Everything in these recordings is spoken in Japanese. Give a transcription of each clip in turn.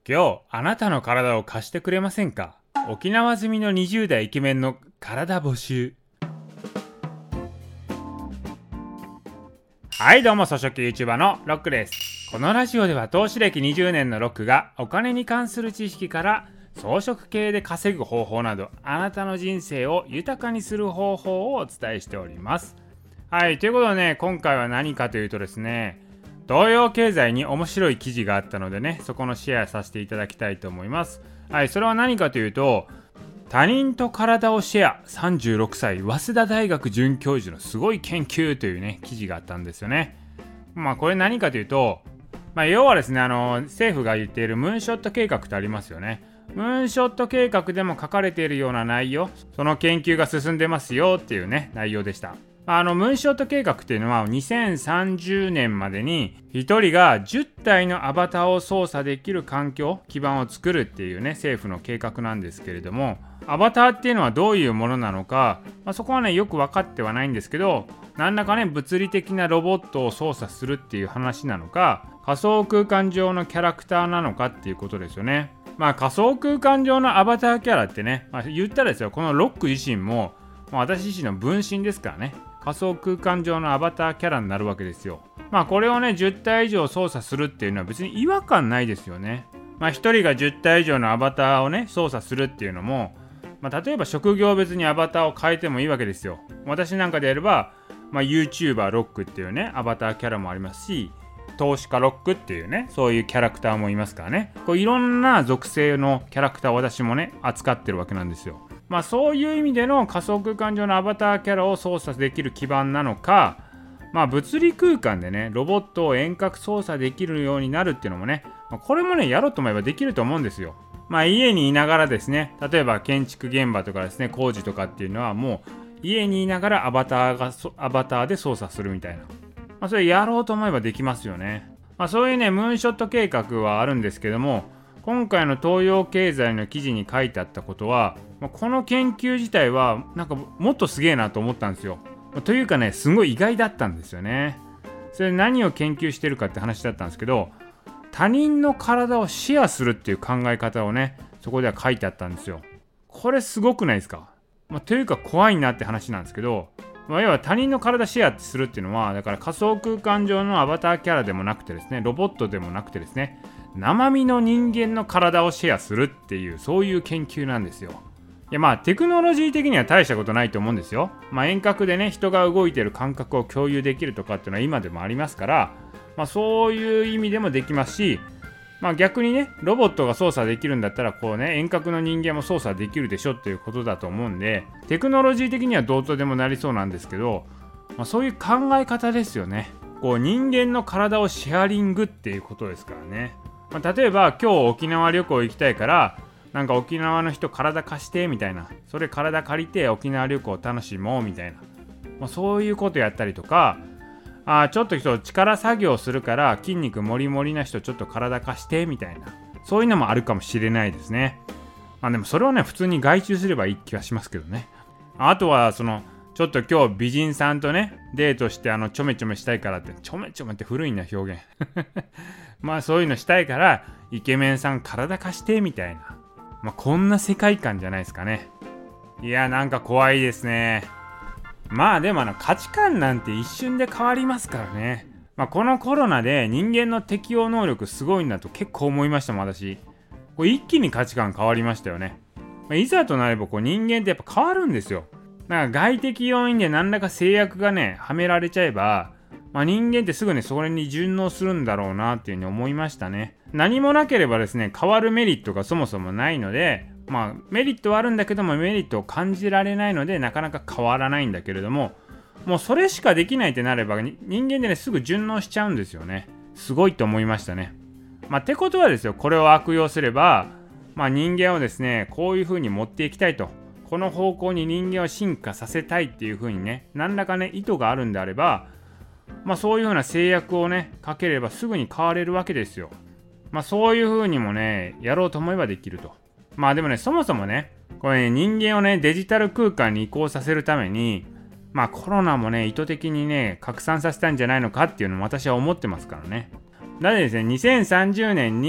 今日あなたの体を貸してくれませんか？沖縄済みの20代イケメンの体募集。はいどうも、草食 YouTuber のロックです。このラジオでは投資歴20年のロックがお金に関する知識から草食系で稼ぐ方法など、あなたの人生を豊かにする方法をお伝えしております。はい、ということでね、今回は何かというとですね、東洋経済に面白い記事があったのでね、そこのシェアさせていただきたいと思います。はい、それは何かというと、他人と体をシェア、36歳早稲田大学准教授のすごい研究というね、記事があったんですよね。これ何かというと、要はですね、政府が言っているムーンショット計画ってありますよね。ムーンショット計画でも書かれているような内容、その研究が進んでますよっていうね、内容でした。ムーンショット計画っていうのは2030年までに1人が10体のアバターを操作できる環境基盤を作るっていうね、政府の計画なんですけれども、アバターっていうのはどういうものなのか、そこはねよく分かってはないんですけど、何らかね物理的なロボットを操作するっていう話なのか、仮想空間上のキャラクターなのかっていうことですよね。仮想空間上のアバターキャラってね、言ったらですよ、このロック自身も、私自身の分身ですからね、仮想空間上のアバターキャラになるわけですよ。これをね10体以上操作するっていうのは別に違和感ないですよね。1人が10体以上のアバターをね操作するっていうのも、例えば職業別にアバターを変えてもいいわけですよ。私なんかでやれば、YouTuber ロックっていうねアバターキャラもありますし、投資家ロックっていうねそういうキャラクターもいますからね、いろんな属性のキャラクターを私もね扱ってるわけなんですよ。そういう意味での仮想空間上のアバターキャラを操作できる基盤なのか、物理空間でねロボットを遠隔操作できるようになるっていうのもね、これもねやろうと思えばできると思うんですよ。家にいながらですね、例えば建築現場とかですね、工事とかっていうのはもう家にいながらアバターで操作するみたいな、それやろうと思えばできますよね。そういうねムーンショット計画はあるんですけども、今回の東洋経済の記事に書いてあったことは、この研究自体はなんかもっとすげえなと思ったんですよ。というかね、すごい意外だったんですよね。それ何を研究してるかって話だったんですけど、他人の体をシェアするっていう考え方をねそこでは書いてあったんですよ。これすごくないですか？というか怖いなって話なんですけど、要は他人の体シェアするっていうのは、だから仮想空間上のアバターキャラでもなくてですね、ロボットでもなくてですね、生身の人間の体をシェアするっていう、そういう研究なんですよ。いやテクノロジー的には大したことないと思うんですよ。遠隔でね人が動いてる感覚を共有できるとかっていうのは今でもありますから、そういう意味でもできますし、逆にねロボットが操作できるんだったら遠隔の人間も操作できるでしょっていうことだと思うんで、テクノロジー的にはどうとでもなりそうなんですけど、そういう考え方ですよね。人間の体をシェアリングっていうことですからね。例えば今日沖縄旅行行きたいから、なんか沖縄の人体貸してみたいな、それ体借りて沖縄旅行楽しもうみたいな、そういうことやったりとか、ちょっと力作業するから筋肉もりもりな人ちょっと体貸してみたいな、そういうのもあるかもしれないですね。でもそれはね普通に外注すればいい気がしますけどね。あとはちょっと今日美人さんとねデートしてちょめちょめしたいからって、ちょめちょめって古いな表現そういうのしたいからイケメンさん体貸してみたいな、こんな世界観じゃないですかね。いやなんか怖いですね。でも価値観なんて一瞬で変わりますからね。このコロナで人間の適応能力すごいんだと結構思いましたもん私。一気に価値観変わりましたよね。いざとなれば人間ってやっぱ変わるんですよ。外的要因で何らか制約がねはめられちゃえば、人間ってすぐにそれに順応するんだろうなっていうふうに思いましたね。何もなければですね変わるメリットがそもそもないので、メリットはあるんだけどもメリットを感じられないのでなかなか変わらないんだけれども、もうそれしかできないってなれば人間でねすぐ順応しちゃうんですよね。すごいと思いましたね。ってことはですよ、これを悪用すれば、人間をですねこういう風に持っていきたいと、この方向に人間を進化させたいっていう風にね何らかね意図があるんであれば、そういう風な制約をねかければすぐに変われるわけですよ。そういう風にもねやろうと思えばできると。でもねそもそもねこれね人間をねデジタル空間に移行させるためにコロナもね意図的にね拡散させたんじゃないのかっていうのも私は思ってますからね。だってですね2030年に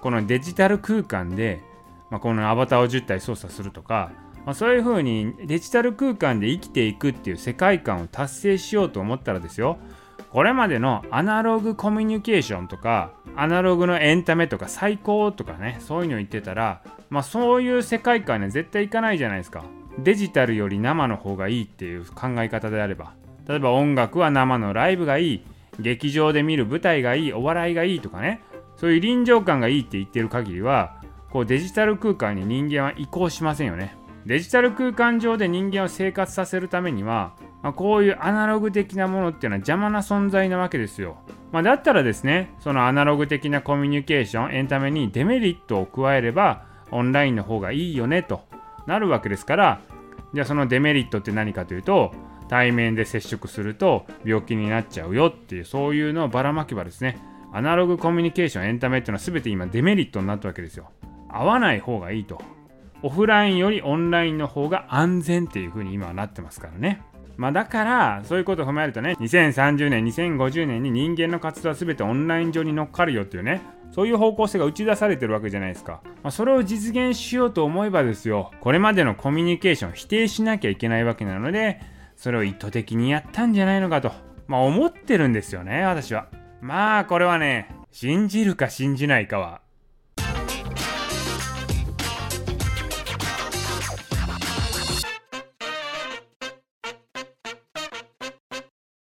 このデジタル空間で、このアバターを10体操作するとか、そういう風にデジタル空間で生きていくっていう世界観を達成しようと思ったらですよ、これまでのアナログコミュニケーションとかアナログのエンタメとか最高とかね、そういうの言ってたら、そういう世界観には絶対いかないじゃないですか。デジタルより生の方がいいっていう考え方であれば、例えば音楽は生のライブがいい、劇場で見る舞台がいい、お笑いがいいとかね、そういう臨場感がいいって言ってる限りは、こうデジタル空間に人間は移行しませんよね。デジタル空間上で人間を生活させるためには、こういうアナログ的なものっていうのは邪魔な存在なわけですよ。だったらですね、そのアナログ的なコミュニケーション、エンタメにデメリットを加えればオンラインの方がいいよねとなるわけですから、じゃあそのデメリットって何かというと、対面で接触すると病気になっちゃうよっていう、そういうのをばらまけばですね、アナログコミュニケーション、エンタメっていうのは全て今デメリットになったわけですよ。合わない方がいいと。オフラインよりオンラインの方が安全っていう風に今はなってますからね。だからそういうことを踏まえるとね、2030年2050年に人間の活動は全てオンライン上に乗っかるよっていうね、そういう方向性が打ち出されてるわけじゃないですか。それを実現しようと思えばですよ、これまでのコミュニケーションを否定しなきゃいけないわけなので、それを意図的にやったんじゃないのかと思ってるんですよね、私は。これはね、信じるか信じないかは